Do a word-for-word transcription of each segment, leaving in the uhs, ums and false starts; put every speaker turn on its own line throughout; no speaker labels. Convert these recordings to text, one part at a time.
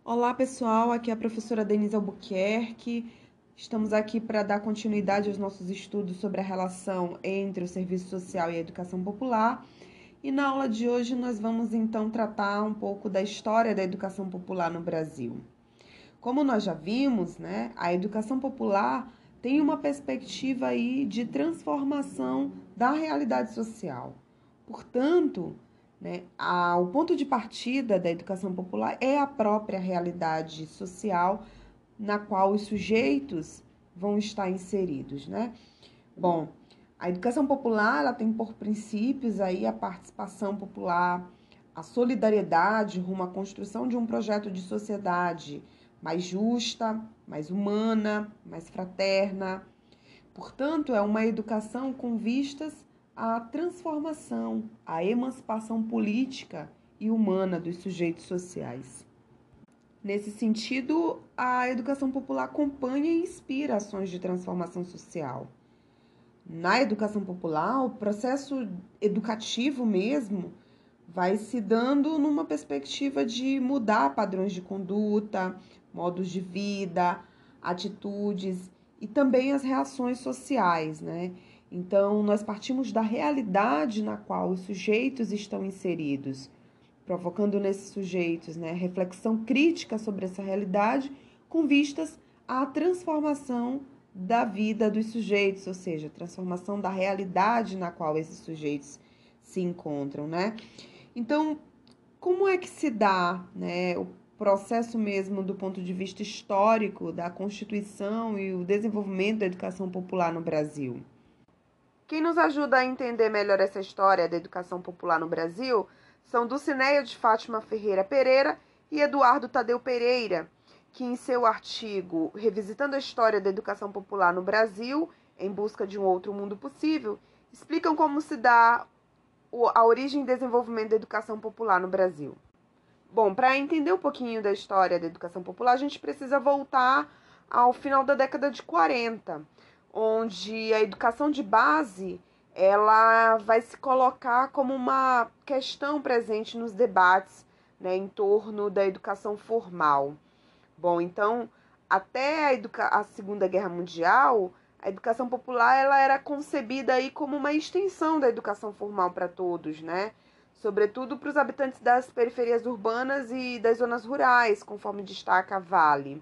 Olá, pessoal. Aqui é a professora Denise Albuquerque. Estamos aqui para dar continuidade aos nossos estudos sobre a relação entre o serviço social e a educação popular. E na aula de hoje nós vamos então tratar um pouco da história da educação popular no Brasil. Como nós já vimos, né, a educação popular tem uma perspectiva aí de transformação da realidade social. Portanto, né, a, o ponto de partida da educação popular é a própria realidade social na qual os sujeitos vão estar inseridos, né? Bom, a educação popular ela tem por princípios aí a participação popular, a solidariedade rumo à construção de um projeto de sociedade mais justa, mais humana, mais fraterna. Portanto, é uma educação com vistas à transformação, à emancipação política e humana dos sujeitos sociais. Nesse sentido, a educação popular acompanha e inspira ações de transformação social. Na educação popular, o processo educativo mesmo vai se dando numa perspectiva de mudar padrões de conduta, modos de vida, atitudes e também as reações sociais, né? Então, nós partimos da realidade na qual os sujeitos estão inseridos, provocando nesses sujeitos, né, reflexão crítica sobre essa realidade, com vistas à transformação da vida dos sujeitos, ou seja, transformação da realidade na qual esses sujeitos se encontram, né? Então, como é que se dá, né, o processo mesmo do ponto de vista histórico da Constituição e o desenvolvimento da educação popular no Brasil? Quem nos ajuda a entender melhor essa história da educação popular no Brasil são Dulcineia de Fátima Ferreira Pereira e Eduardo Tadeu Pereira, que em seu artigo Revisitando a História da Educação Popular no Brasil, em busca de um outro mundo possível, explicam como se dá a origem e desenvolvimento da educação popular no Brasil. Bom, para entender um pouquinho da história da educação popular, a gente precisa voltar ao final da década de quarenta, onde a educação de base ela vai se colocar como uma questão presente nos debates, né, em torno da educação formal. Bom, então, até a, educa- a Segunda Guerra Mundial, a educação popular ela era concebida aí como uma extensão da educação formal para todos, né? Sobretudo para os habitantes das periferias urbanas e das zonas rurais, conforme destaca a Vale.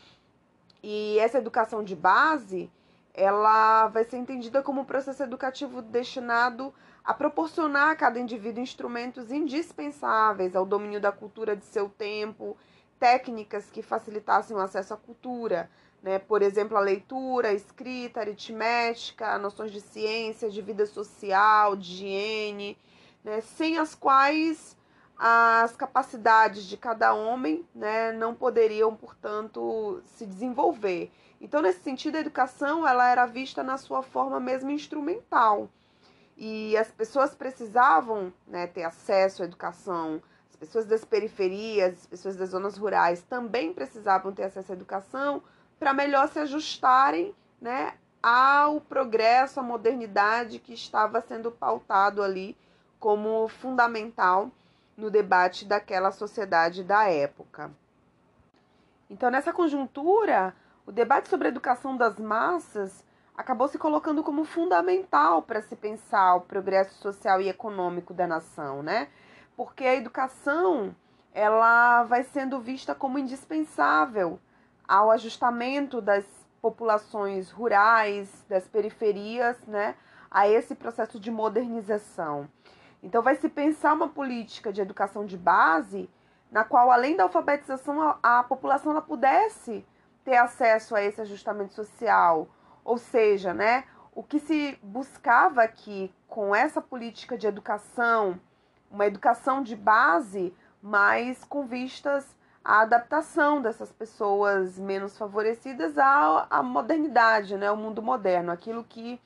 E essa educação de base, ela vai ser entendida como um processo educativo destinado a proporcionar a cada indivíduo instrumentos indispensáveis ao domínio da cultura de seu tempo, técnicas que facilitassem o acesso à cultura, né? Por exemplo, a leitura, a escrita, a aritmética, noções de ciência, de vida social, de higiene, né? Sem as quais as capacidades de cada homem, né, não poderiam, portanto, se desenvolver. Então, nesse sentido, a educação ela era vista na sua forma mesmo instrumental. E as pessoas precisavam, né, ter acesso à educação. As pessoas das periferias, as pessoas das zonas rurais também precisavam ter acesso à educação para melhor se ajustarem, né, ao progresso, à modernidade que estava sendo pautado ali como fundamental no debate daquela sociedade da época. Então, nessa conjuntura, o debate sobre a educação das massas acabou se colocando como fundamental para se pensar o progresso social e econômico da nação, né? Porque a educação ela vai sendo vista como indispensável ao ajustamento das populações rurais, das periferias, né, a esse processo de modernização. Então, vai se pensar uma política de educação de base na qual, além da alfabetização, a, a população ela pudesse ter acesso a esse ajustamento social. Ou seja, né, o que se buscava aqui com essa política de educação, uma educação de base, mas com vistas à adaptação dessas pessoas menos favorecidas à, à modernidade, né, ao mundo moderno, aquilo que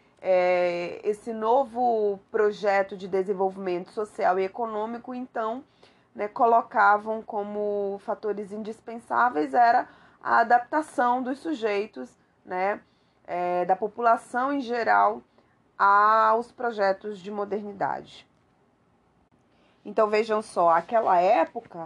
é, esse novo projeto de desenvolvimento social e econômico, então, né, colocavam como fatores indispensáveis era a adaptação dos sujeitos, né, é, da população em geral, aos projetos de modernidade. Então, vejam só, aquela época,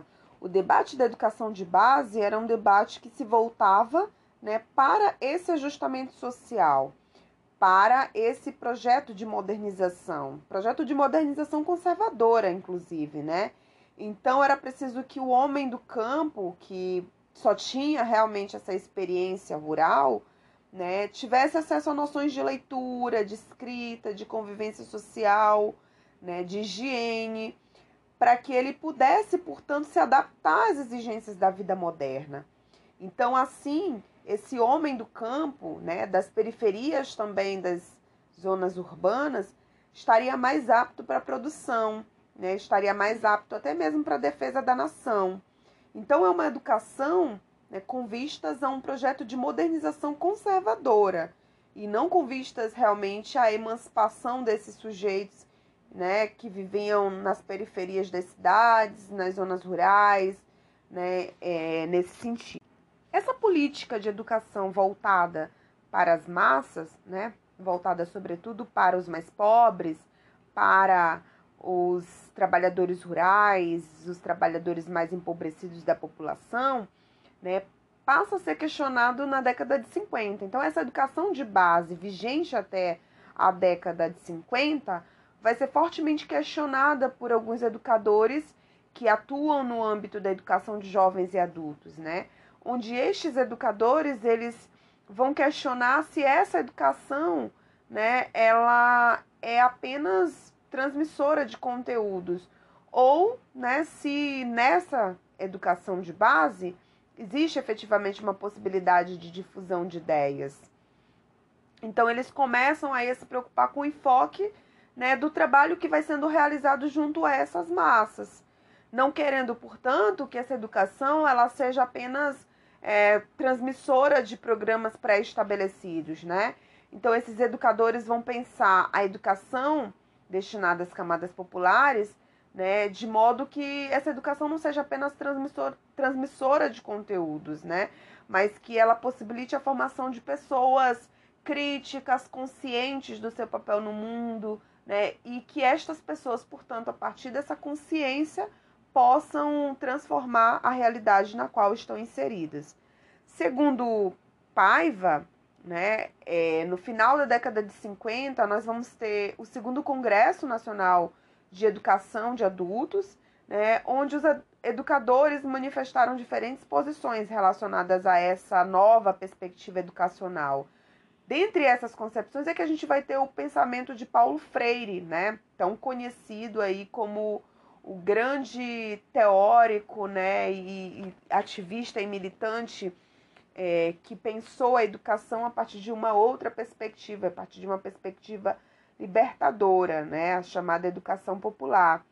O debate da educação de base era um debate que se voltava, né, para esse ajustamento social, para esse projeto de modernização, projeto de modernização conservadora, inclusive, né? Então era preciso que o homem do campo, que só tinha realmente essa experiência rural, né, tivesse acesso a noções de leitura, de escrita, de convivência social, né, de higiene, para que ele pudesse, portanto, se adaptar às exigências da vida moderna. Então, assim, esse homem do campo, né, das periferias também das zonas urbanas, estaria mais apto para a produção, né, estaria mais apto até mesmo para a defesa da nação. Então, é uma educação, né, com vistas a um projeto de modernização conservadora e não com vistas realmente à emancipação desses sujeitos, né, que viviam nas periferias das cidades, nas zonas rurais, né, é, nesse sentido. Essa política de educação voltada para as massas, né, voltada sobretudo para os mais pobres, para os trabalhadores rurais, os trabalhadores mais empobrecidos da população, né, passa a ser questionado na década de cinquenta. Então, essa educação de base vigente até a década de cinquenta vai ser fortemente questionada por alguns educadores que atuam no âmbito da educação de jovens e adultos, né? Onde estes educadores, eles vão questionar se essa educação, né, ela é apenas transmissora de conteúdos ou, né, se nessa educação de base existe efetivamente uma possibilidade de difusão de ideias. Então, eles começam aí a se preocupar com o enfoque, né, do trabalho que vai sendo realizado junto a essas massas, não querendo, portanto, que essa educação ela seja apenas é, transmissora de programas pré-estabelecidos, né? Então, esses educadores vão pensar a educação destinada às camadas populares, né, de modo que essa educação não seja apenas transmissor, transmissora de conteúdos, né, mas que ela possibilite a formação de pessoas críticas, conscientes do seu papel no mundo, né, e que estas pessoas, portanto, a partir dessa consciência, possam transformar a realidade na qual estão inseridas. Segundo Paiva, né, é, no final da década de cinquenta, nós vamos ter o segundo Congresso Nacional de Educação de Adultos, né, onde os educadores manifestaram diferentes posições relacionadas a essa nova perspectiva educacional. Dentre essas concepções é que a gente vai ter o pensamento de Paulo Freire, né, tão conhecido aí como o grande teórico, né, e, e ativista e militante é, que pensou a educação a partir de uma outra perspectiva, a partir de uma perspectiva libertadora, né, a chamada educação popular.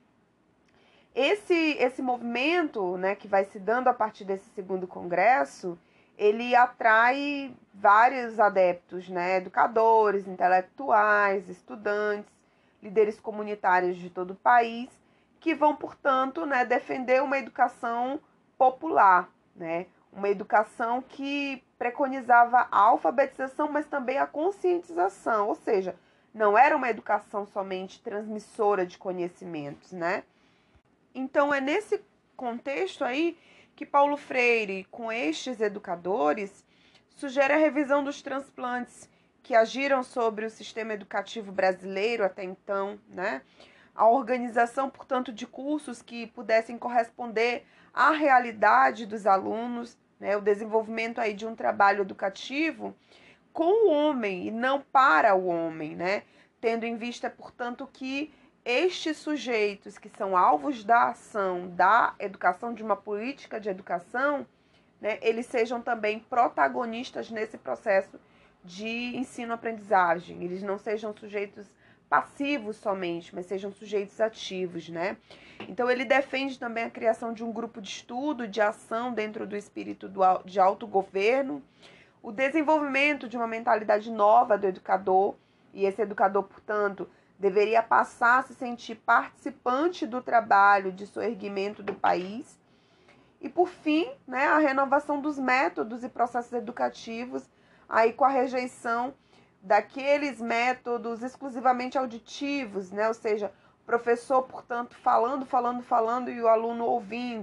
Esse, esse movimento, né, que vai se dando a partir desse segundo congresso, ele atrai vários adeptos, né, educadores, intelectuais, estudantes, líderes comunitários de todo o país, que vão, portanto, né, defender uma educação popular, né, uma educação que preconizava a alfabetização, mas também a conscientização, ou seja, não era uma educação somente transmissora de conhecimentos, né? Então, é nesse contexto aí que Paulo Freire, com estes educadores, sugere a revisão dos transplantes que agiram sobre o sistema educativo brasileiro até então, né? A organização, portanto, de cursos que pudessem corresponder à realidade dos alunos, né? O desenvolvimento aí de um trabalho educativo com o homem e não para o homem, né? Tendo em vista, portanto, que estes sujeitos que são alvos da ação da educação, de uma política de educação, né, eles sejam também protagonistas nesse processo de ensino-aprendizagem. Eles não sejam sujeitos passivos somente, mas sejam sujeitos ativos, né? Então, ele defende também a criação de um grupo de estudo, de ação dentro do espírito do, de autogoverno, o desenvolvimento de uma mentalidade nova do educador, e esse educador, portanto, deveria passar a se sentir participante do trabalho de soerguimento do país. E, por fim, né, a renovação dos métodos e processos educativos, aí com a rejeição daqueles métodos exclusivamente auditivos, né? Ou seja, o professor, portanto, falando, falando, falando e o aluno ouvindo,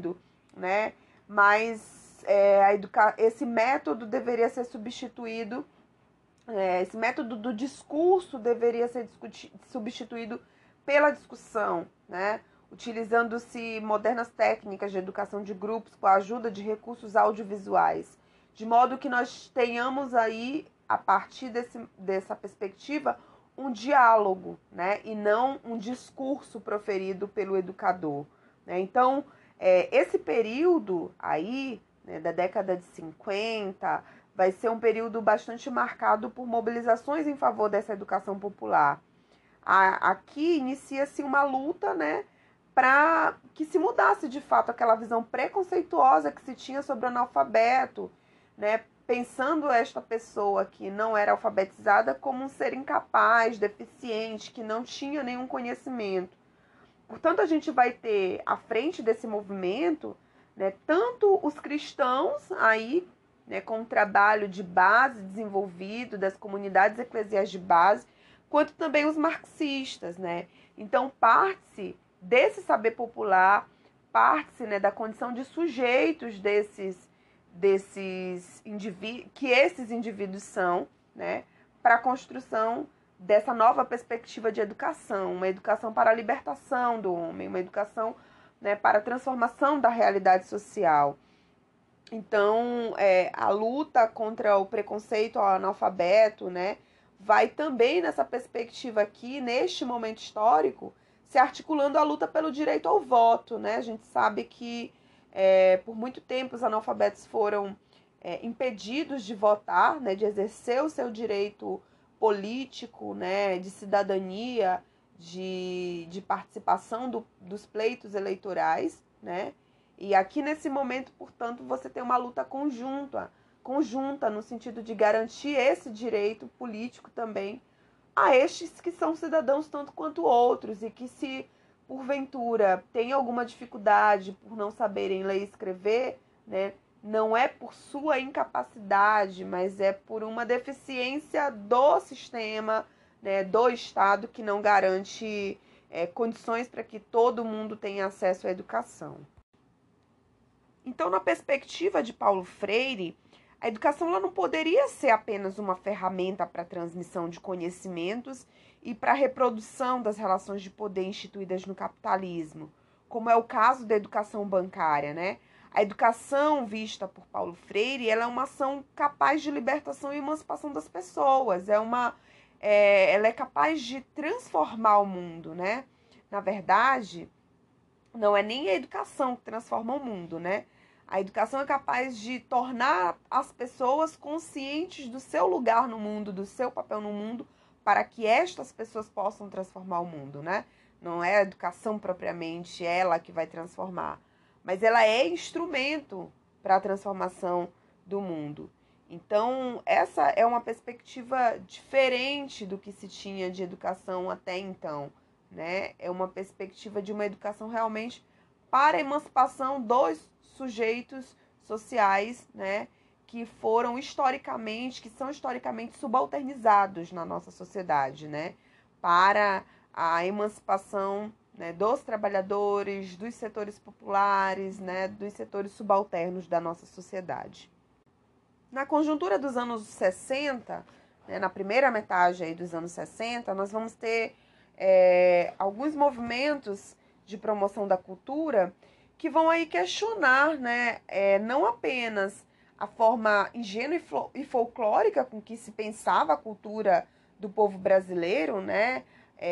né? Mas é, a educa... esse método deveria ser substituído, é, esse método do discurso deveria ser discuti... substituído pela discussão, né? Utilizando-se modernas técnicas de educação de grupos com a ajuda de recursos audiovisuais, de modo que nós tenhamos aí, a partir desse, dessa perspectiva, um diálogo, né? E não um discurso proferido pelo educador, né? Então, é, esse período aí, né, da década de cinquenta, vai ser um período bastante marcado por mobilizações em favor dessa educação popular. A, aqui inicia-se uma luta, né, para que se mudasse de fato aquela visão preconceituosa que se tinha sobre o analfabeto, né, pensando esta pessoa que não era alfabetizada como um ser incapaz, deficiente, que não tinha nenhum conhecimento. Portanto, a gente vai ter à frente desse movimento, né, tanto os cristãos aí, né, com um trabalho de base desenvolvido das comunidades eclesiais de base, quanto também os marxistas, né? Então, parte-se desse saber popular, parte-se, né, da condição de sujeitos desses desses indivíduos, que esses indivíduos são, né, para a construção dessa nova perspectiva de educação, uma educação para a libertação do homem, uma educação, né, para a transformação da realidade social. Então, é, a luta contra o preconceito ao analfabeto, né, vai também nessa perspectiva aqui, neste momento histórico, se articulando a luta pelo direito ao voto, né? A gente sabe que é, por muito tempo os analfabetos foram é, impedidos de votar, né, de exercer o seu direito político, né, de cidadania, de, de participação do, dos pleitos eleitorais, né? E aqui nesse momento, portanto, você tem uma luta conjunta, conjunta no sentido de garantir esse direito político também a estes que são cidadãos tanto quanto outros e que, se porventura tem alguma dificuldade por não saberem ler e escrever, né, não é por sua incapacidade, mas é por uma deficiência do sistema, né, do Estado, que não garante é, condições para que todo mundo tenha acesso à educação. Então, na perspectiva de Paulo Freire, a educação ela não poderia ser apenas uma ferramenta para a transmissão de conhecimentos e para a reprodução das relações de poder instituídas no capitalismo, como é o caso da educação bancária, né? A educação vista por Paulo Freire, ela é uma ação capaz de libertação e emancipação das pessoas, é uma, é, ela é capaz de transformar o mundo, né? Na verdade, não é nem a educação que transforma o mundo, né? A educação é capaz de tornar as pessoas conscientes do seu lugar no mundo, do seu papel no mundo, para que estas pessoas possam transformar o mundo, né? Não é a educação propriamente ela que vai transformar, mas ela é instrumento para a transformação do mundo. Então, essa é uma perspectiva diferente do que se tinha de educação até então, né? É uma perspectiva de uma educação realmente para a emancipação dos sujeitos sociais, né, que foram historicamente, que são historicamente subalternizados na nossa sociedade, né, para a emancipação, né, dos trabalhadores, dos setores populares, né, dos setores subalternos da nossa sociedade. Na conjuntura dos anos sessenta, né, na primeira metade aí dos anos sessenta, nós vamos ter é, alguns movimentos de promoção da cultura que vão aí questionar, né, é, não apenas a forma ingênua e folclórica com que se pensava a cultura do povo brasileiro, né,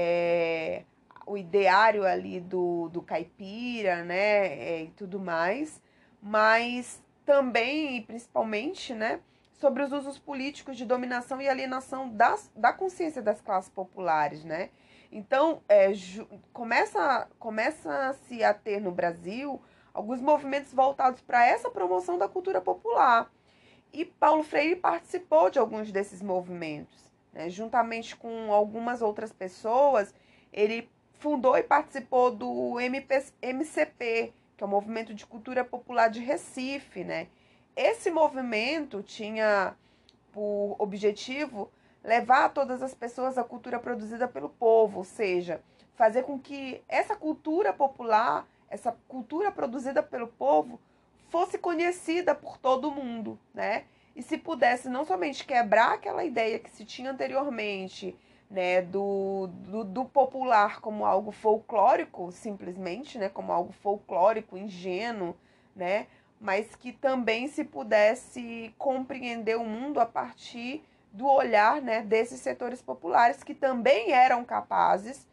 é, o ideário ali do, do caipira, né, é, e tudo mais, mas também e principalmente, né, sobre os usos políticos de dominação e alienação das, da consciência das classes populares, né. Então, é, começa, começa-se a ter no Brasil alguns movimentos voltados para essa promoção da cultura popular. E Paulo Freire participou de alguns desses movimentos, né? Juntamente com algumas outras pessoas, ele fundou e participou do M C P, que é o Movimento de Cultura Popular de Recife, né? Esse movimento tinha por objetivo levar a todas as pessoas a cultura produzida pelo povo, ou seja, fazer com que essa cultura popular, essa cultura produzida pelo povo, fosse conhecida por todo mundo, né? E se pudesse não somente quebrar aquela ideia que se tinha anteriormente, né, do, do, do popular como algo folclórico, simplesmente, né, como algo folclórico, ingênuo, né, mas que também se pudesse compreender o mundo a partir do olhar, né, desses setores populares que também eram capazes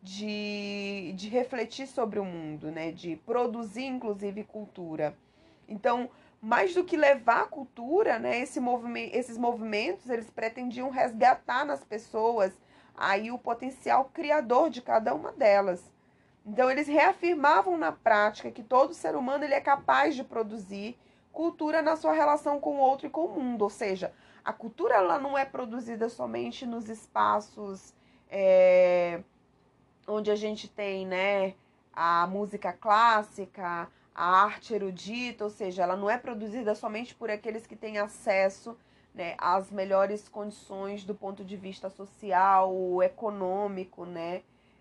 de, de refletir sobre o mundo, né, de produzir, inclusive, cultura. Então, mais do que levar a cultura, né, esse movimento, esses movimentos, eles pretendiam resgatar nas pessoas aí o potencial criador de cada uma delas. Então, eles reafirmavam na prática que todo ser humano ele é capaz de produzir cultura na sua relação com o outro e com o mundo. Ou seja, a cultura ela não é produzida somente nos espaços é, onde a gente tem, né, a música clássica, a arte erudita, ou seja, ela não é produzida somente por aqueles que têm acesso, né, às melhores condições do ponto de vista social, econômico, né,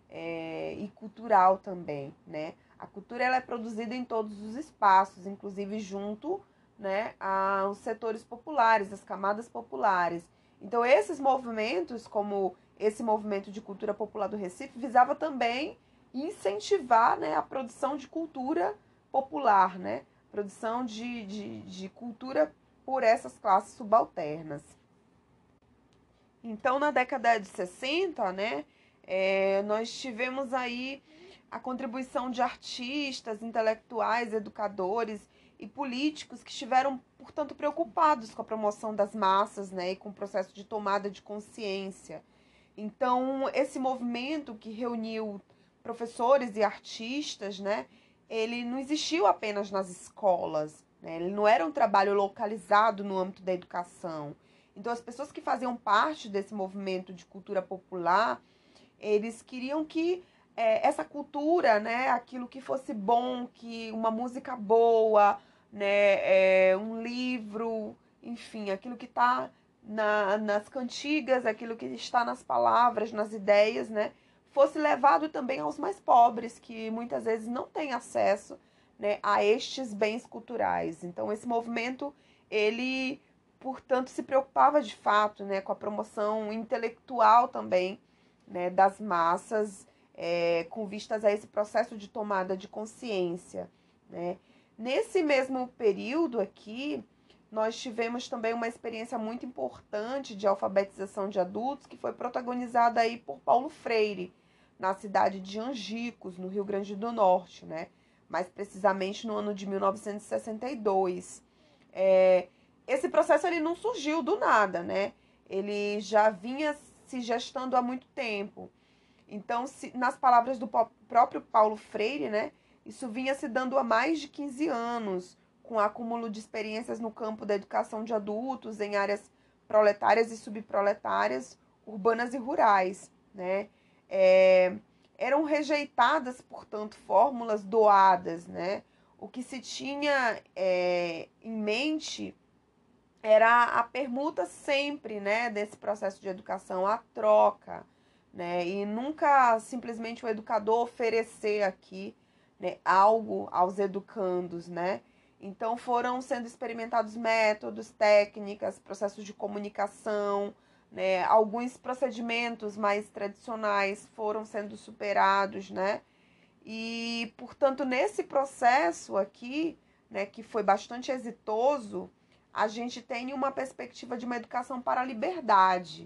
é, e cultural também, né. A cultura ela é produzida em todos os espaços, inclusive junto, né, aos setores populares, às camadas populares. Então, esses movimentos, como esse movimento de cultura popular do Recife, visava também incentivar, né, a produção de cultura popular, né, produção de, de, de cultura por essas classes subalternas. Então, na década de sessenta, né, é, nós tivemos aí a contribuição de artistas, intelectuais, educadores e políticos que estiveram, portanto, preocupados com a promoção das massas, né, e com o processo de tomada de consciência. Então, esse movimento que reuniu professores e artistas, né, ele não existiu apenas nas escolas, né, ele não era um trabalho localizado no âmbito da educação. Então, as pessoas que faziam parte desse movimento de cultura popular, eles queriam que é, essa cultura, né, aquilo que fosse bom, que uma música boa, né, é, um livro, enfim, aquilo que está na, nas cantigas, aquilo que está nas palavras, nas ideias, né, fosse levado também aos mais pobres, que muitas vezes não têm acesso, né, a estes bens culturais. Então, esse movimento, ele, portanto, se preocupava de fato, né, com a promoção intelectual também, né, das massas, é, com vistas a esse processo de tomada de consciência, né. Nesse mesmo período aqui, nós tivemos também uma experiência muito importante de alfabetização de adultos, que foi protagonizada aí por Paulo Freire, na cidade de Angicos, no Rio Grande do Norte, né? Mais precisamente no ano de mil novecentos e sessenta e dois. É, esse processo ele não surgiu do nada, né? Ele já vinha se gestando há muito tempo. Então, se, nas palavras do próprio Paulo Freire, né? Isso vinha se dando há mais de quinze anos, com acúmulo de experiências no campo da educação de adultos em áreas proletárias e subproletárias, urbanas e rurais, né? É, eram rejeitadas, portanto, fórmulas doadas, né? O que se tinha é, em mente era a permuta sempre, né, desse processo de educação, a troca, né? E nunca simplesmente o educador oferecer aqui, né, algo aos educandos, né? Então foram sendo experimentados métodos, técnicas, processos de comunicação, né? Alguns procedimentos mais tradicionais foram sendo superados, né? E, portanto, nesse processo aqui, né, que foi bastante exitoso, a gente tem uma perspectiva de uma educação para a liberdade.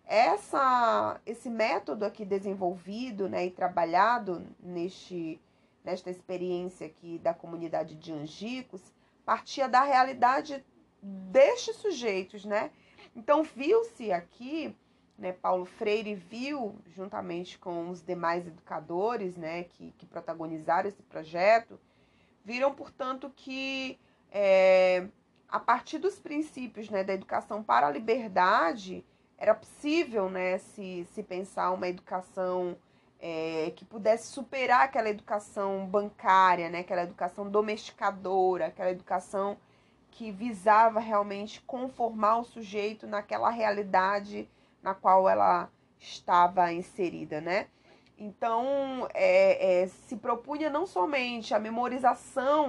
Essa, esse método aqui desenvolvido, né, e trabalhado neste, nesta experiência aqui da comunidade de Angicos, partia da realidade destes sujeitos, né? Então, viu-se aqui, né, Paulo Freire viu, juntamente com os demais educadores, né, que, que protagonizaram esse projeto, viram, portanto, que é, a partir dos princípios, né, da educação para a liberdade, era possível, né, se, se pensar uma educação é, que pudesse superar aquela educação bancária, né, aquela educação domesticadora, aquela educação que visava realmente conformar o sujeito naquela realidade na qual ela estava inserida, né? Então, é, é, se propunha não somente a memorização,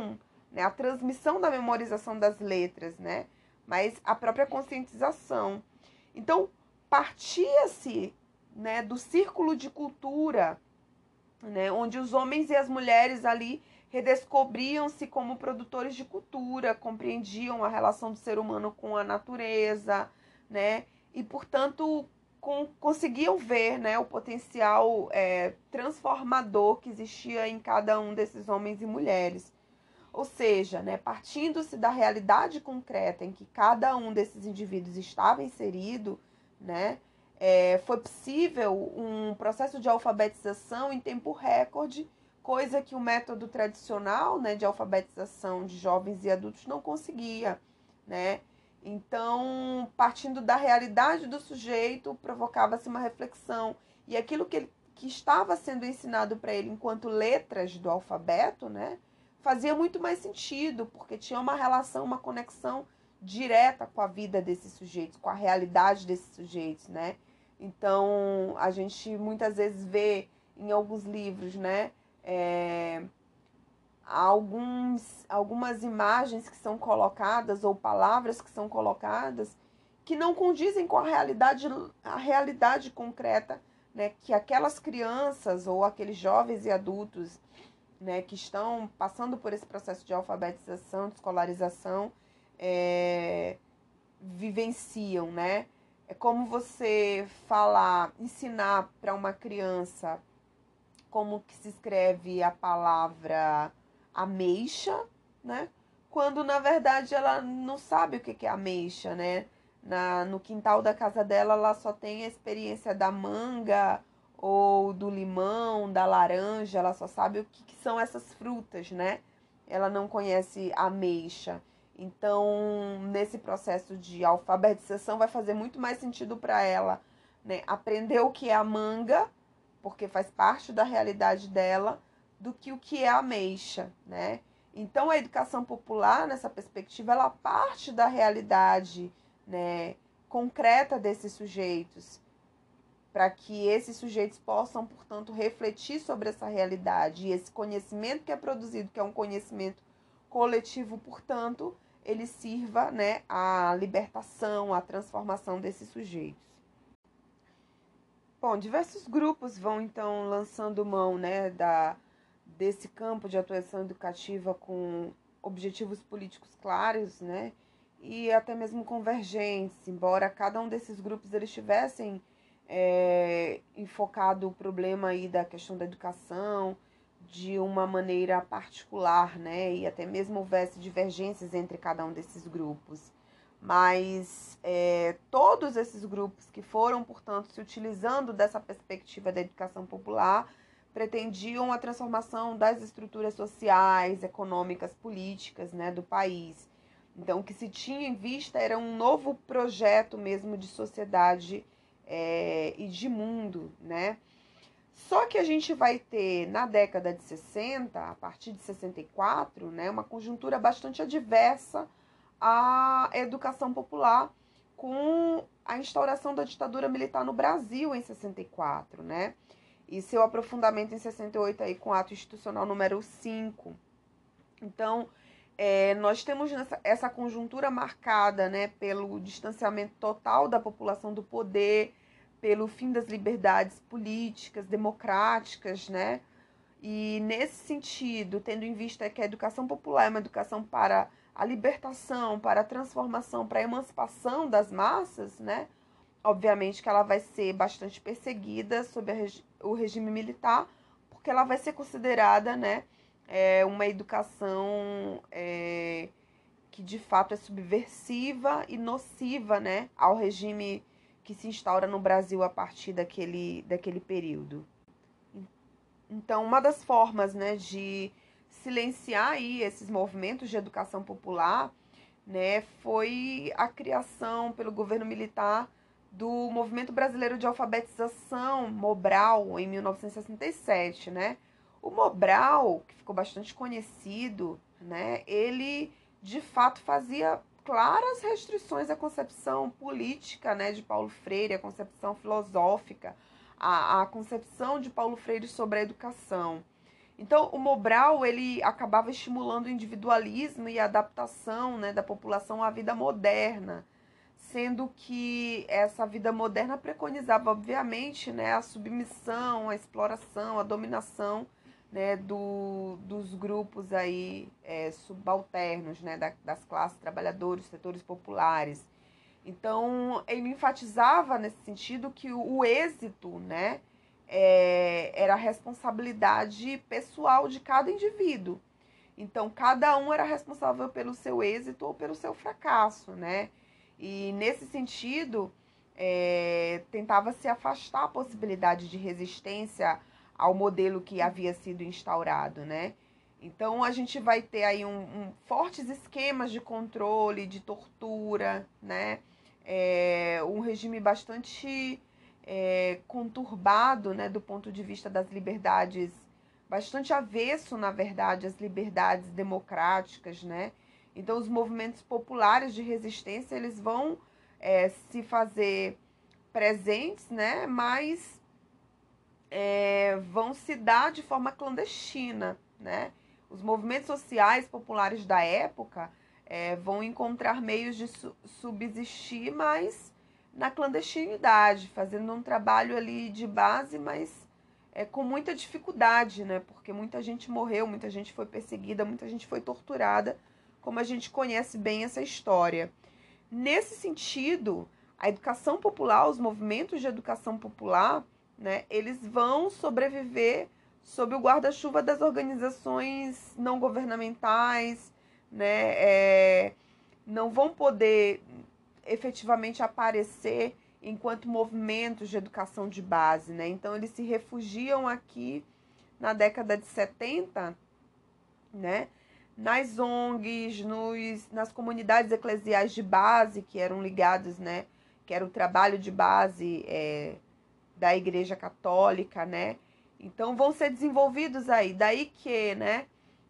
né, a transmissão da memorização das letras, né, mas a própria conscientização. Então, partia-se, né, do círculo de cultura, né, onde os homens e as mulheres ali redescobriam-se como produtores de cultura, compreendiam a relação do ser humano com a natureza, né, e, portanto, com, conseguiam ver, né, o potencial é, transformador que existia em cada um desses homens e mulheres. Ou seja, né, partindo-se da realidade concreta em que cada um desses indivíduos estava inserido, né, é, foi possível um processo de alfabetização em tempo recorde, coisa que o método tradicional, né, de alfabetização de jovens e adultos não conseguia, né? Então, partindo da realidade do sujeito, provocava-se uma reflexão. E aquilo que, ele, que estava sendo ensinado para ele enquanto letras do alfabeto, né, fazia muito mais sentido, porque tinha uma relação, uma conexão direta com a vida desses sujeitos, com a realidade desses sujeitos, né? Então, a gente muitas vezes vê em alguns livros, né, é, alguns, algumas imagens que são colocadas ou palavras que são colocadas que não condizem com a realidade, a realidade concreta, né, que aquelas crianças ou aqueles jovens e adultos, né, que estão passando por esse processo de alfabetização, de escolarização, é, vivenciam, né? É como você falar, ensinar para uma criança como que se escreve a palavra ameixa, né? Quando, na verdade, ela não sabe o que é ameixa, né? Na, no quintal da casa dela, ela só tem a experiência da manga ou do limão, da laranja, ela só sabe o que, que são essas frutas, né? Ela não conhece a ameixa. Então, nesse processo de alfabetização, vai fazer muito mais sentido para ela, né, aprender o que é a manga, porque faz parte da realidade dela, do que o que é a ameixa, né? Então, a educação popular, nessa perspectiva, ela parte da realidade, né, concreta desses sujeitos, para que esses sujeitos possam, portanto, refletir sobre essa realidade. E esse conhecimento que é produzido, que é um conhecimento coletivo, portanto, ele sirva, né, à libertação, à transformação desses sujeitos. Bom, diversos grupos vão, então, lançando mão, né, da, desse campo de atuação educativa com objetivos políticos claros, né, e até mesmo convergentes, embora cada um desses grupos eles tivessem é, enfocado o problema aí da questão da educação de uma maneira particular, né, e até mesmo houvesse divergências entre cada um desses grupos. Mas é, todos esses grupos que foram, portanto, se utilizando dessa perspectiva da educação popular, pretendiam a transformação das estruturas sociais, econômicas, políticas, né, do país. Então, o que se tinha em vista era um novo projeto mesmo de sociedade é, e de mundo, né? Só que a gente vai ter, na década de sessenta, a partir de sessenta e quatro, né, uma conjuntura bastante adversa à educação popular, com a instauração da ditadura militar no Brasil em sessenta e quatro, né? E seu aprofundamento em sessenta e oito aí com o ato institucional número cinco. Então, é, nós temos nessa, essa conjuntura marcada, né, pelo distanciamento total da população do poder, pelo fim das liberdades políticas, democráticas, né? E nesse sentido, tendo em vista que a educação popular é uma educação para a libertação, para a transformação, para a emancipação das massas, né? Obviamente que ela vai ser bastante perseguida sob a regi- o regime militar, porque ela vai ser considerada, né, é, uma educação é, que de fato é subversiva e nociva, né, ao regime que se instaura no Brasil a partir daquele, daquele período. Então, uma das formas, né, de silenciar aí esses movimentos de educação popular, né, foi a criação pelo governo militar do Movimento Brasileiro de Alfabetização, Mobral, em mil novecentos e sessenta e sete, né? O Mobral, que ficou bastante conhecido, né, ele de fato fazia claras restrições à concepção política, né, de Paulo Freire, à concepção filosófica, a, a concepção de Paulo Freire sobre a educação. Então, o Mobral, ele acabava estimulando o individualismo e a adaptação, né, da população à vida moderna, sendo que essa vida moderna preconizava, obviamente, né, a submissão, a exploração, a dominação, né, do, dos grupos aí, é, subalternos, né, da, das classes trabalhadoras, setores populares. Então, ele enfatizava nesse sentido que o, o êxito, né, é, era a responsabilidade pessoal de cada indivíduo. Então, cada um era responsável pelo seu êxito ou pelo seu fracasso, né? E, nesse sentido, é, tentava se afastar a possibilidade de resistência ao modelo que havia sido instaurado, né? Então, a gente vai ter aí um, um, fortes esquemas de controle, de tortura, né? É, um regime bastante é, conturbado, né, do ponto de vista das liberdades, bastante avesso, na verdade, às liberdades democráticas, né? Então, os movimentos populares de resistência, eles vão é, se fazer presentes, né? Mas é, vão se dar de forma clandestina, né? Os movimentos sociais populares da época é, vão encontrar meios de su subsistir, mas na clandestinidade, fazendo um trabalho ali de base, mas é, com muita dificuldade, né? Porque muita gente morreu, muita gente foi perseguida, muita gente foi torturada, como a gente conhece bem essa história. Nesse sentido, a educação popular, os movimentos de educação popular, né, eles vão sobreviver sob o guarda-chuva das organizações não governamentais, né, é, não vão poder efetivamente aparecer enquanto movimentos de educação de base, né? Então, eles se refugiam aqui na década de setenta, né? Nas O N Gs, nos, nas comunidades eclesiais de base que eram ligadas, né? Que era o trabalho de base é, da Igreja Católica, né? Então, vão ser desenvolvidos aí. Daí que, né?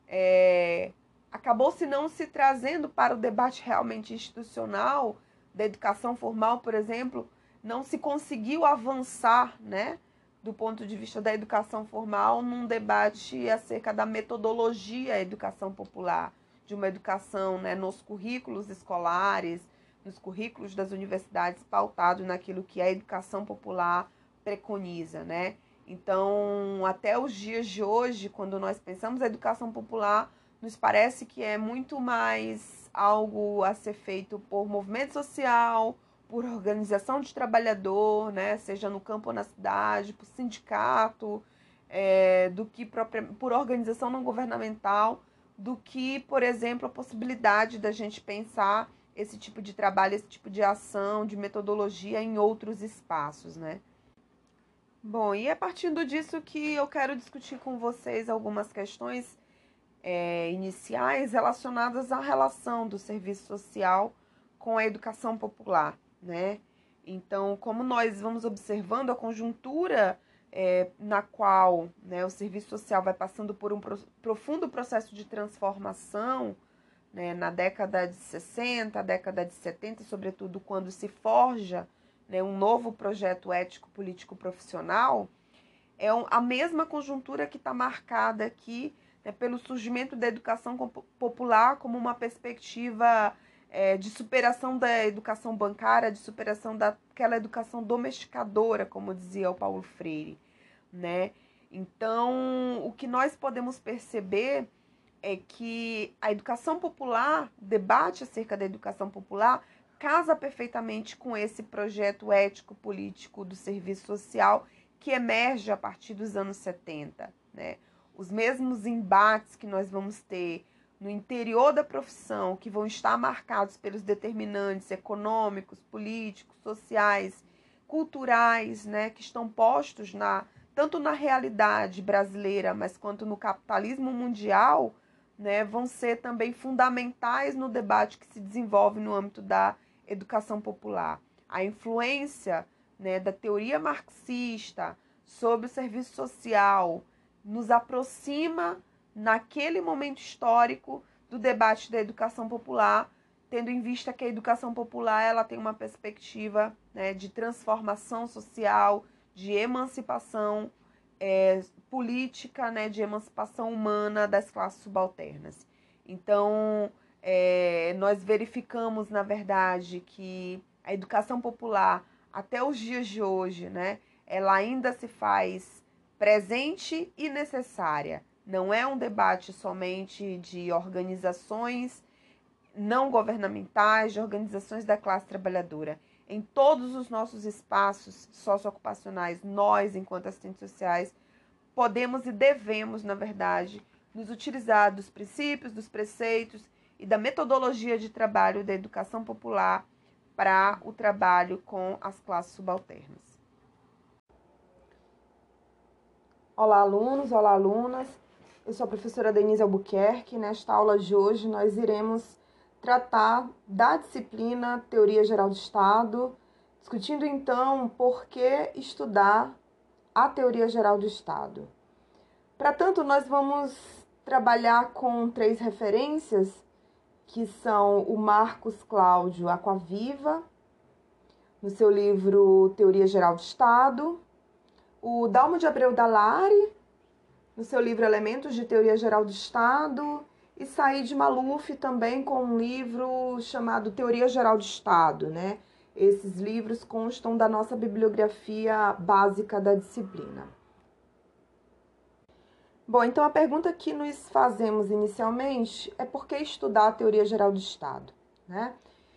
É, acabou-se não se trazendo para o debate realmente institucional da educação formal, por exemplo, não se conseguiu avançar, né, do ponto de vista da educação formal, num debate acerca da metodologia da educação popular, de uma educação, né, nos currículos escolares, nos currículos das universidades, pautado naquilo que a educação popular preconiza, né? Então, até os dias de hoje, quando nós pensamos a educação popular, nos parece que é muito mais algo a ser feito por movimento social, por organização de trabalhador, né, seja no campo ou na cidade, por sindicato, é, do que por organização não governamental, do que, por exemplo, a possibilidade da gente pensar esse tipo de trabalho, esse tipo de ação, de metodologia em outros espaços, né? Bom, e é partindo disso que eu quero discutir com vocês algumas questões é, iniciais relacionadas à relação do serviço social com a educação popular, né? Então, como nós vamos observando a conjuntura é, na qual, né, o serviço social vai passando por um pro, profundo processo de transformação, né, na década de sessenta, década de setenta, sobretudo quando se forja, né, um novo projeto ético-político-profissional, é a mesma conjuntura que está marcada aqui, né, pelo surgimento da educação popular como uma perspectiva é, de superação da educação bancária, de superação daquela educação domesticadora, como dizia o Paulo Freire, né? Então, o que nós podemos perceber é que a educação popular, o debate acerca da educação popular, casa perfeitamente com esse projeto ético-político do serviço social que emerge a partir dos anos setenta, né? Os mesmos embates que nós vamos ter no interior da profissão, que vão estar marcados pelos determinantes econômicos, políticos, sociais, culturais, né, que estão postos na, tanto na realidade brasileira, mas quanto no capitalismo mundial, né, vão ser também fundamentais no debate que se desenvolve no âmbito da educação popular. A influência, né, da teoria marxista sobre o serviço social nos aproxima, naquele momento histórico, do debate da educação popular, tendo em vista que a educação popular ela tem uma perspectiva, né, de transformação social, de emancipação, é, política, né, de emancipação humana das classes subalternas. Então, é, nós verificamos, na verdade, que a educação popular, até os dias de hoje, né, ela ainda se faz presente e necessária. Não é um debate somente de organizações não governamentais, de organizações da classe trabalhadora. Em todos os nossos espaços socioocupacionais, nós, enquanto assistentes sociais, podemos e devemos, na verdade, nos utilizar dos princípios, dos preceitos e da metodologia de trabalho da educação popular para o trabalho com as classes subalternas. Olá, alunos, olá, alunas. Eu sou a professora Denise Albuquerque. Nesta aula de hoje, nós iremos tratar da disciplina Teoria Geral do Estado, discutindo então por que estudar a Teoria Geral do Estado. Para tanto, nós vamos trabalhar com três referências, que são o Marcos Cláudio Aquaviva, no seu livro Teoria Geral do Estado, o Dalmo de Abreu Dallari, no seu livro Elementos de Teoria Geral do Estado, e Said Malouf também com um livro chamado Teoria Geral do Estado, né? Esses livros constam da nossa bibliografia básica da disciplina. Bom, então a pergunta que nos fazemos inicialmente é por que estudar a Teoria Geral do Estado, né?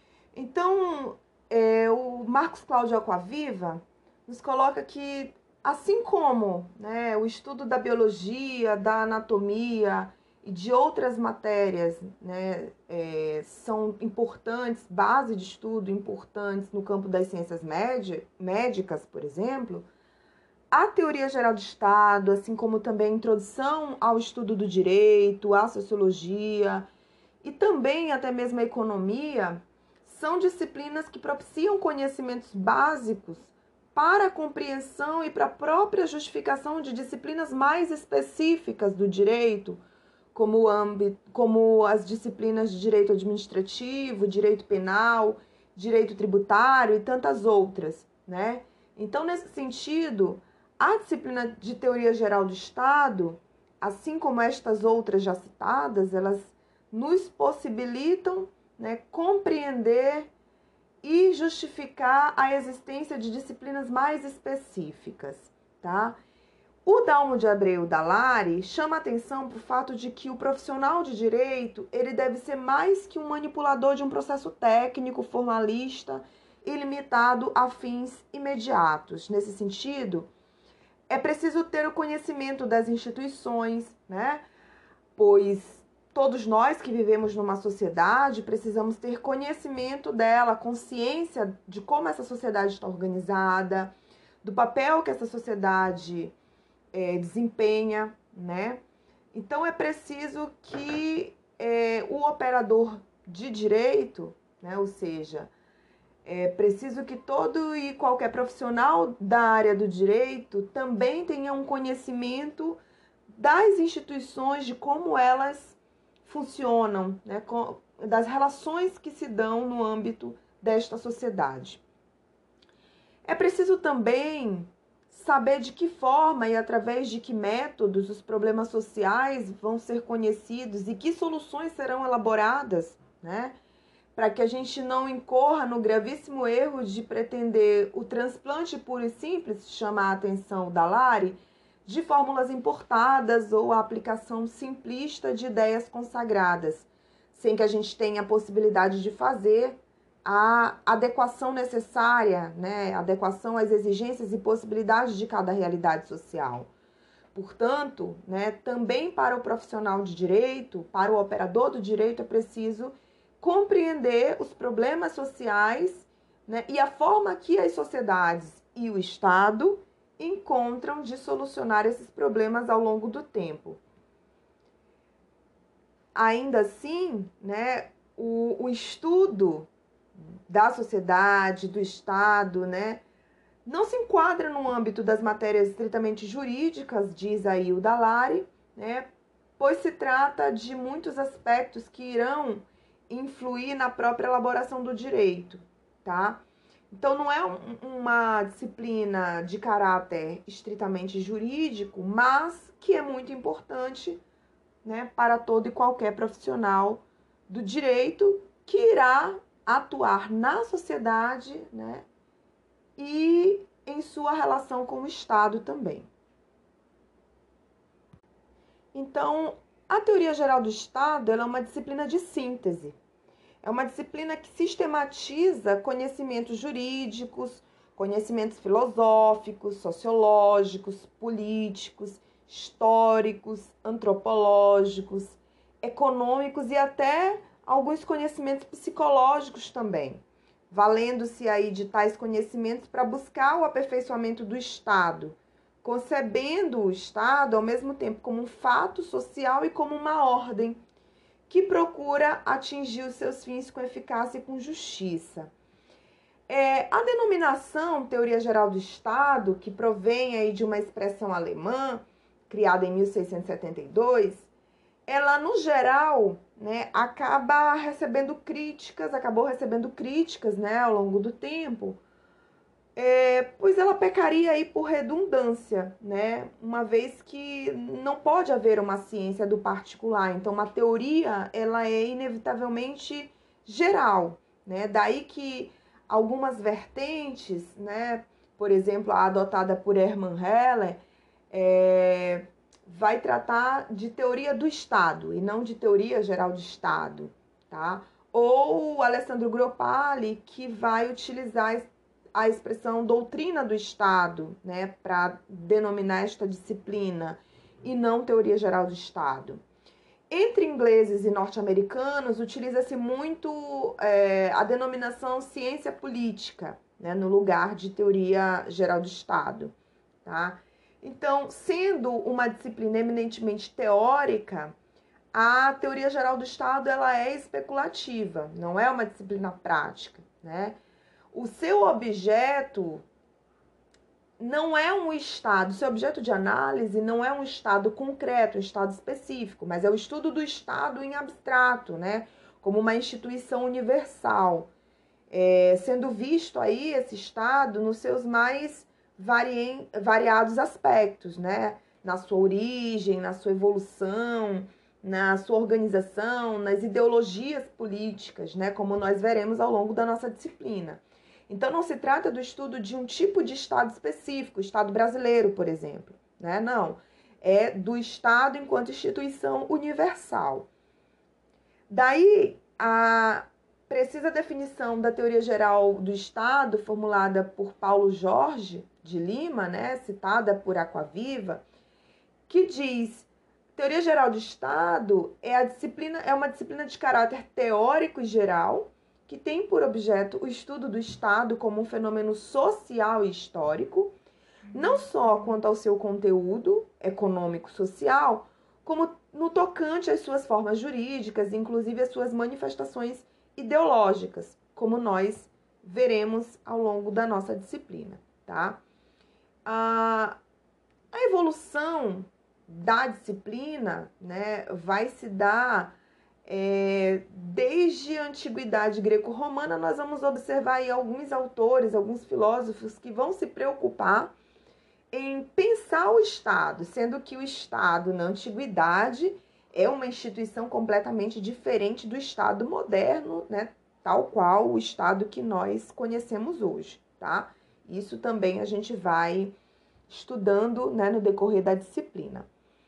Então, é, o Marcos Cláudio Aquaviva nos coloca que, assim como, né, o estudo da biologia, da anatomia e de outras matérias, né, é, são importantes, base de estudo importantes no campo das ciências médicas, por exemplo, a Teoria Geral do Estado, assim como também a introdução ao estudo do direito, a sociologia e também até mesmo a economia, são disciplinas que propiciam conhecimentos básicos para a compreensão e para a própria justificação de disciplinas mais específicas do direito, como, o âmbito, como as disciplinas de direito administrativo, direito penal, direito tributário e tantas outras, né? Então, nesse sentido, a disciplina de Teoria Geral do Estado, assim como estas outras já citadas, elas nos possibilitam, né, compreender e justificar a existência de disciplinas mais específicas, tá? O Dalmo de Abreu Dallari chama atenção para o fato de que o profissional de direito ele deve ser mais que um manipulador de um processo técnico, formalista e limitado a fins imediatos. Nesse sentido, é preciso ter o conhecimento das instituições, né? Pois todos nós que vivemos numa sociedade precisamos ter conhecimento dela, consciência de como essa sociedade está organizada, do papel que essa sociedade é, desempenha, né? Então é preciso que é, o operador de direito, né, ou seja, é preciso que todo e qualquer profissional da área do direito também tenha um conhecimento das instituições, de como elas funcionam, né, das relações que se dão no âmbito desta sociedade. É preciso também saber de que forma e através de que métodos os problemas sociais vão ser conhecidos e que soluções serão elaboradas, né, para que a gente não incorra no gravíssimo erro de pretender o transplante puro e simples, chama a atenção da Dallari, de fórmulas importadas ou a aplicação simplista de ideias consagradas, sem que a gente tenha a possibilidade de fazer a adequação necessária, né, adequação às exigências e possibilidades de cada realidade social. Portanto, né, também para o profissional de direito, para o operador do direito, é preciso compreender os problemas sociais, né, e a forma que as sociedades e o Estado encontram de solucionar esses problemas ao longo do tempo. Ainda assim, né, o, o estudo da sociedade, do Estado, né, não se enquadra no âmbito das matérias estritamente jurídicas, diz aí o Dallari, né, pois se trata de muitos aspectos que irão influir na própria elaboração do direito, tá? Então, não é um, uma disciplina de caráter estritamente jurídico, mas que é muito importante, né, para todo e qualquer profissional do direito que irá atuar na sociedade, né, e em sua relação com o Estado também. Então, a teoria geral do Estado ela é uma disciplina de síntese. É uma disciplina que sistematiza conhecimentos jurídicos, conhecimentos filosóficos, sociológicos, políticos, históricos, antropológicos, econômicos e até alguns conhecimentos psicológicos também, valendo-se aí de tais conhecimentos para buscar o aperfeiçoamento do Estado, concebendo o Estado ao mesmo tempo como um fato social e como uma ordem que procura atingir os seus fins com eficácia e com justiça. É, a denominação Teoria Geral do Estado, que provém aí de uma expressão alemã, criada em mil seiscentos e setenta e dois, ela, no geral, né, acaba recebendo críticas, acabou recebendo críticas, né, ao longo do tempo, é, pois ela pecaria aí por redundância, né, uma vez que não pode haver uma ciência do particular. Então, uma teoria, ela é inevitavelmente geral, né, daí que algumas vertentes, né, por exemplo, a adotada por Hermann Heller, é, vai tratar de teoria do Estado e não de teoria geral do Estado, tá? Ou o Alessandro Gropali, que vai utilizar a expressão doutrina do Estado, né, para denominar esta disciplina, e não teoria geral do Estado. Entre ingleses e norte-americanos, utiliza-se muito é, a denominação ciência política, né, no lugar de teoria geral do Estado, tá? Então, sendo uma disciplina eminentemente teórica, a teoria geral do Estado ela é especulativa, não é uma disciplina prática, né? O seu objeto não é um estado, seu objeto de análise não é um estado concreto, um estado específico, mas é o estudo do Estado em abstrato, né? Como uma instituição universal, é, sendo visto aí esse Estado nos seus mais vari... variados aspectos, né? Na sua origem, na sua evolução, na sua organização, nas ideologias políticas, né? Como nós veremos ao longo da nossa disciplina. Então, não se trata do estudo de um tipo de Estado específico, o Estado brasileiro, por exemplo, né? Não, é do Estado enquanto instituição universal. Daí, a precisa definição da teoria geral do Estado, formulada por Paulo Jorge de Lima, né? Citada por Aquaviva, que diz: teoria geral do Estado é, a disciplina, é uma disciplina de caráter teórico e geral, que tem por objeto o estudo do Estado como um fenômeno social e histórico, não só quanto ao seu conteúdo econômico-social, como no tocante às suas formas jurídicas, inclusive às suas manifestações ideológicas, como nós veremos ao longo da nossa disciplina, tá? A, a evolução da disciplina, né, vai se dar É, desde a antiguidade greco-romana. Nós vamos observar aí alguns autores, alguns filósofos que vão se preocupar em pensar o Estado, sendo que o Estado na antiguidade é uma instituição completamente diferente do Estado moderno, né, tal qual o Estado que nós conhecemos hoje, tá? Isso também a gente vai estudando, né, no decorrer da disciplina.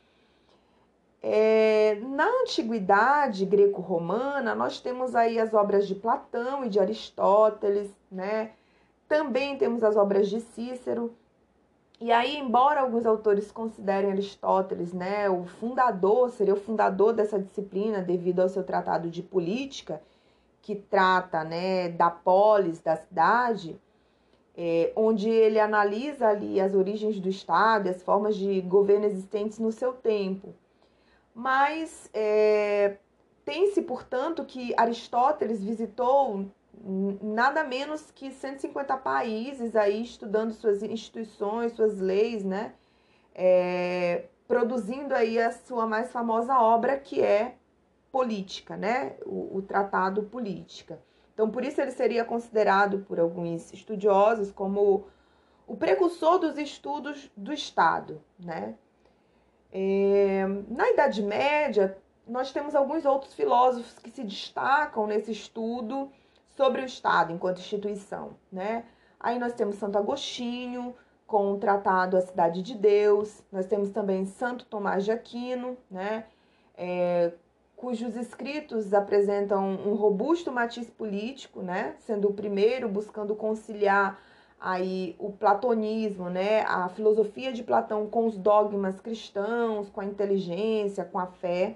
É, na antiguidade greco-romana, nós temos aí as obras de Platão e de Aristóteles, né? Também temos as obras de Cícero. E aí, embora alguns autores considerem Aristóteles, né, o fundador, seria o fundador dessa disciplina devido ao seu tratado de política, que trata, né, da polis, da cidade, é, onde ele analisa ali as origens do Estado e as formas de governo existentes no seu tempo. Mas é, tem-se, portanto, que Aristóteles visitou nada menos que cento e cinquenta países aí, estudando suas instituições, suas leis, né? É, produzindo aí a sua mais famosa obra, que é Política, né? O, o Tratado Política. Então, por isso ele seria considerado por alguns estudiosos como o precursor dos estudos do Estado, né? É, na Idade Média, nós temos alguns outros filósofos que se destacam nesse estudo sobre o Estado enquanto instituição, né? Aí nós temos Santo Agostinho, com o Tratado A Cidade de Deus. Nós temos também Santo Tomás de Aquino, né? É, cujos escritos apresentam um robusto matiz político, né? Sendo o primeiro buscando conciliar aí o platonismo, né? A filosofia de Platão com os dogmas cristãos, com a inteligência, com a fé.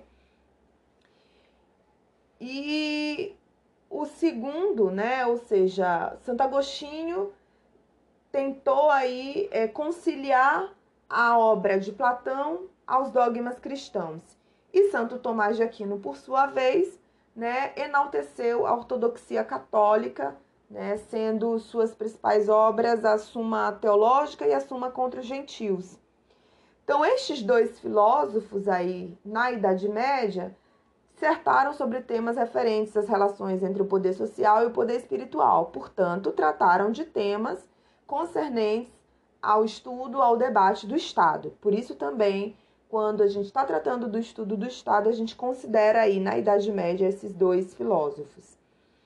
E o segundo, né? Ou seja, Santo Agostinho tentou aí é, conciliar a obra de Platão aos dogmas cristãos. E Santo Tomás de Aquino, por sua vez, né, enalteceu a ortodoxia católica, né, sendo suas principais obras a Suma Teológica e a Suma contra os Gentios. Então, estes dois filósofos aí, na Idade Média, dissertaram sobre temas referentes às relações entre o poder social e o poder espiritual. Portanto, trataram de temas concernentes ao estudo, ao debate do Estado. Por isso também, quando a gente está tratando do estudo do Estado, a gente considera aí na Idade Média esses dois filósofos.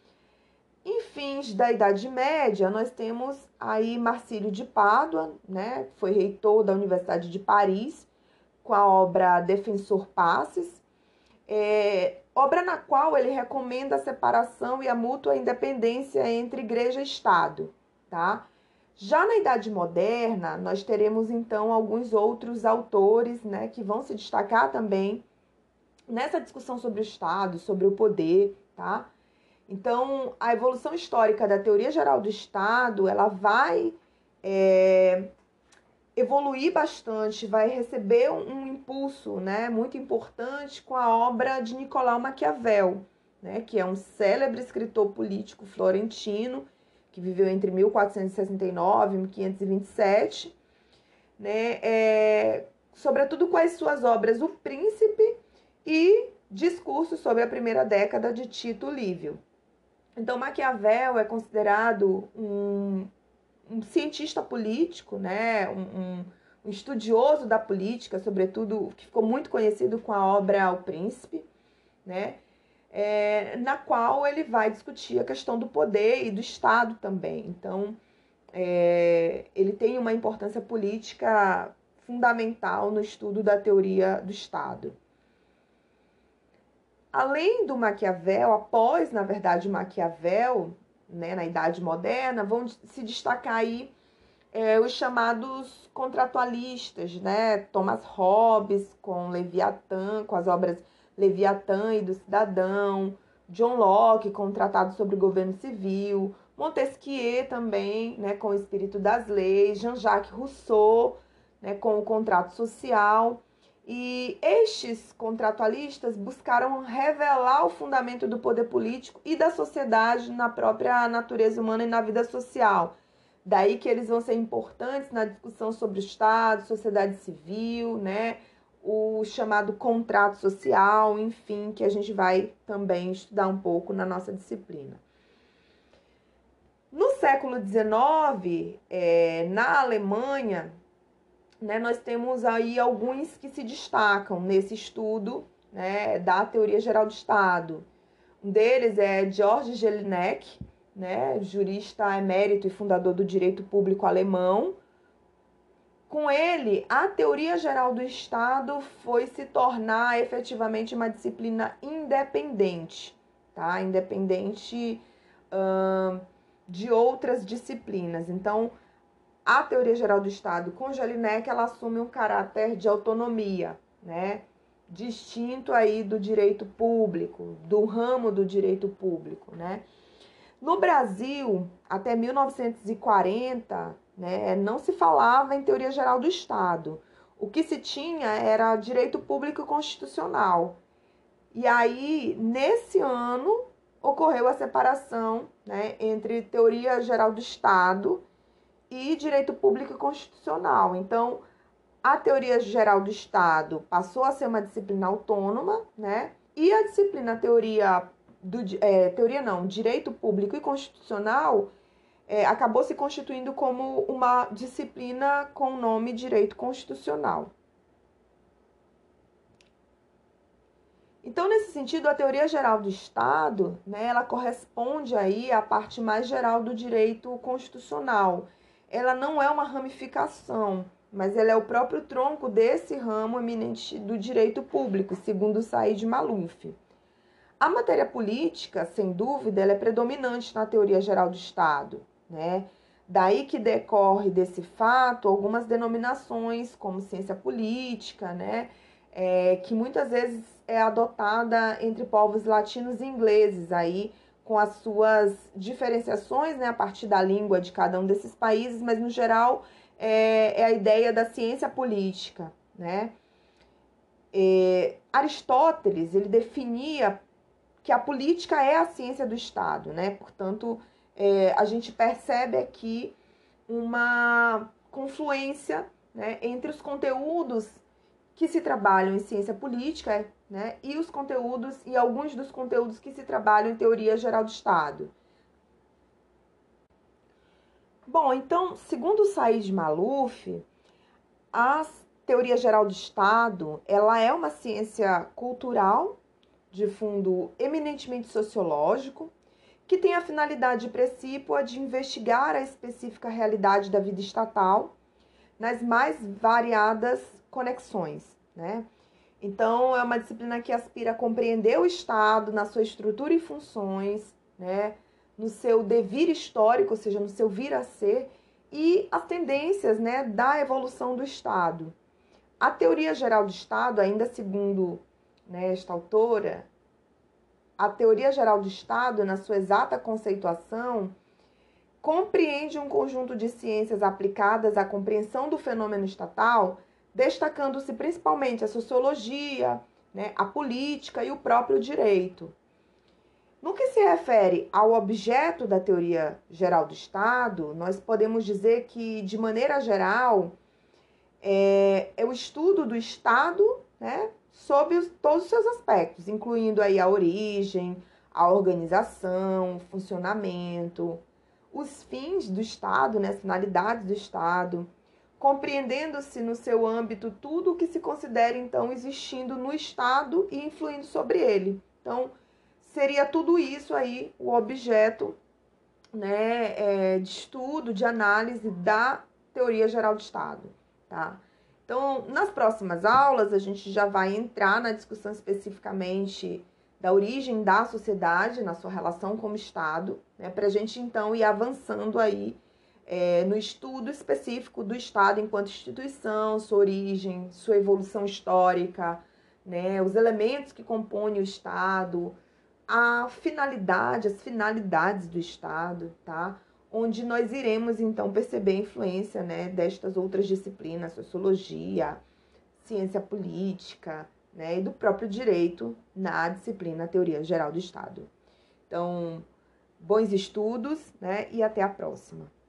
Em fins da Idade Média, nós temos aí Marcílio de Pádua, né? Foi reitor da Universidade de Paris, com a obra Defensor Pacis, é, obra na qual ele recomenda a separação e a mútua independência entre igreja e Estado, tá? Já na Idade Moderna, nós teremos então alguns outros autores, né, que vão se destacar também nessa discussão sobre o Estado, sobre o poder, tá? Então, a evolução histórica da teoria geral do Estado, ela vai é, evoluir bastante, vai receber um impulso, né, muito importante com a obra de Nicolau Maquiavel, né, que é um célebre escritor político florentino, que viveu entre mil quatrocentos e sessenta e nove e mil quinhentos e vinte e sete, né? É, sobretudo com as suas obras O Príncipe e Discurso sobre a Primeira Década de Tito Livio. Então, Maquiavel é considerado um, um cientista político, né? um, um, um estudioso da política, sobretudo, que ficou muito conhecido com a obra O Príncipe, né? É, na qual ele vai discutir a questão do poder e do Estado também. Então, é, ele tem uma importância política fundamental no estudo da teoria do Estado. Além do Maquiavel, após, na verdade, Maquiavel, né, na Idade Moderna, vão se destacar aí é, os chamados contratualistas, né? Thomas Hobbes com Leviatã, com as obras Leviatã e do Cidadão, John Locke com o Tratado sobre o Governo Civil, Montesquieu também, né, com o Espírito das Leis, Jean-Jacques Rousseau, né, com o Contrato Social. E estes contratualistas buscaram revelar o fundamento do poder político e da sociedade na própria natureza humana e na vida social. Daí que eles vão ser importantes na discussão sobre o Estado, sociedade civil, né? O chamado contrato social, enfim, que a gente vai também estudar um pouco na nossa disciplina. No século dezenove, é, na Alemanha, né, nós temos aí alguns que se destacam nesse estudo, né, da teoria geral do Estado. Um deles é George Jelinek, né, jurista emérito e fundador do direito público alemão. Com ele, a teoria geral do Estado foi se tornar efetivamente uma disciplina independente, tá? Independente hum, de outras disciplinas. Então, a teoria geral do Estado com Jelinek, ela assume um caráter de autonomia, né? Distinto aí do direito público, do ramo do direito público, né? No Brasil, até mil novecentos e quarenta, né, não se falava em teoria geral do Estado. O que se tinha era direito público constitucional. E aí, nesse ano, ocorreu a separação, né, entre teoria geral do Estado e direito público constitucional. Então, a teoria geral do Estado passou a ser uma disciplina autônoma, né, e a disciplina teoria do é, teoria não, direito público e constitucional é, acabou se constituindo como uma disciplina com o nome direito constitucional. Então, nesse sentido, a teoria geral do Estado, né, ela corresponde aí à parte mais geral do direito constitucional. Ela não é uma ramificação, mas ela é o próprio tronco desse ramo eminente do direito público, segundo Said Malouf. A matéria política, sem dúvida, ela é predominante na teoria geral do Estado, né? Daí que decorre desse fato algumas denominações, como ciência política, né? É, que muitas vezes é adotada entre povos latinos e ingleses, aí, com as suas diferenciações, né, a partir da língua de cada um desses países, mas, no geral, é, é a ideia da ciência política, né? É, Aristóteles, ele definia que a política é a ciência do Estado, né? Portanto, é, a gente percebe aqui uma confluência, né, entre os conteúdos que se trabalham em ciência política, né, e os conteúdos e alguns dos conteúdos que se trabalham em teoria geral do Estado. Bom, então, segundo Said Malouf, a teoria geral do Estado, ela é uma ciência cultural de fundo eminentemente sociológico, que tem a finalidade precípua de investigar a específica realidade da vida estatal nas mais variadas conexões, né? Então, é uma disciplina que aspira a compreender o Estado na sua estrutura e funções, né? No seu devir histórico, ou seja, no seu vir a ser, e as tendências, né, da evolução do Estado. A teoria geral do Estado, ainda segundo, né, esta autora, a teoria geral do Estado, na sua exata conceituação, compreende um conjunto de ciências aplicadas à compreensão do fenômeno estatal, destacando-se principalmente a sociologia, né, a política e o próprio direito. No que se refere ao objeto da teoria geral do Estado, nós podemos dizer que, de maneira geral, é, é o estudo do Estado, né, sob os, todos os seus aspectos, incluindo aí a origem, a organização, o funcionamento, os fins do Estado, né, as finalidades do Estado, compreendendo-se no seu âmbito tudo o que se considera, então, existindo no Estado e influindo sobre ele. Então, seria tudo isso aí o objeto, né, é, de estudo, de análise da teoria geral do Estado, tá? Então, nas próximas aulas, a gente já vai entrar na discussão especificamente da origem da sociedade, na sua relação como Estado, né, para a gente, então, ir avançando aí é, no estudo específico do Estado enquanto instituição, sua origem, sua evolução histórica, né, os elementos que compõem o Estado, a finalidade, as finalidades do Estado, tá? Onde nós iremos, então, perceber a influência, né, destas outras disciplinas, sociologia, ciência política, né, e do próprio direito na disciplina Teoria Geral do Estado. Então, bons estudos, né, e até a próxima.